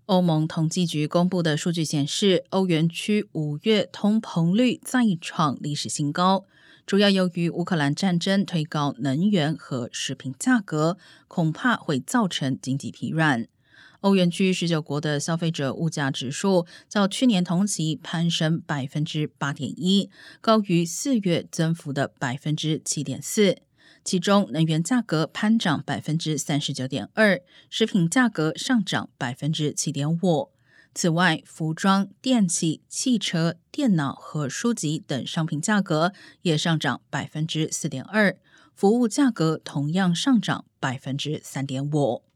欧盟统计局公布的数据显示，欧元区5月通膨率再创历史新高，主要由于乌克兰战争推高能源和食品价格，恐怕会造成经济疲软。欧元区19国的消费者物价指数较去年同期攀升 8.1%， 高于4月增幅的 7.4%。其中能源价格攀涨 39.2%， 食品价格上涨 7.5%。 此外，服装、电器、汽车、电脑和书籍等商品价格也上涨 4.2%， 服务价格同样上涨 3.5%。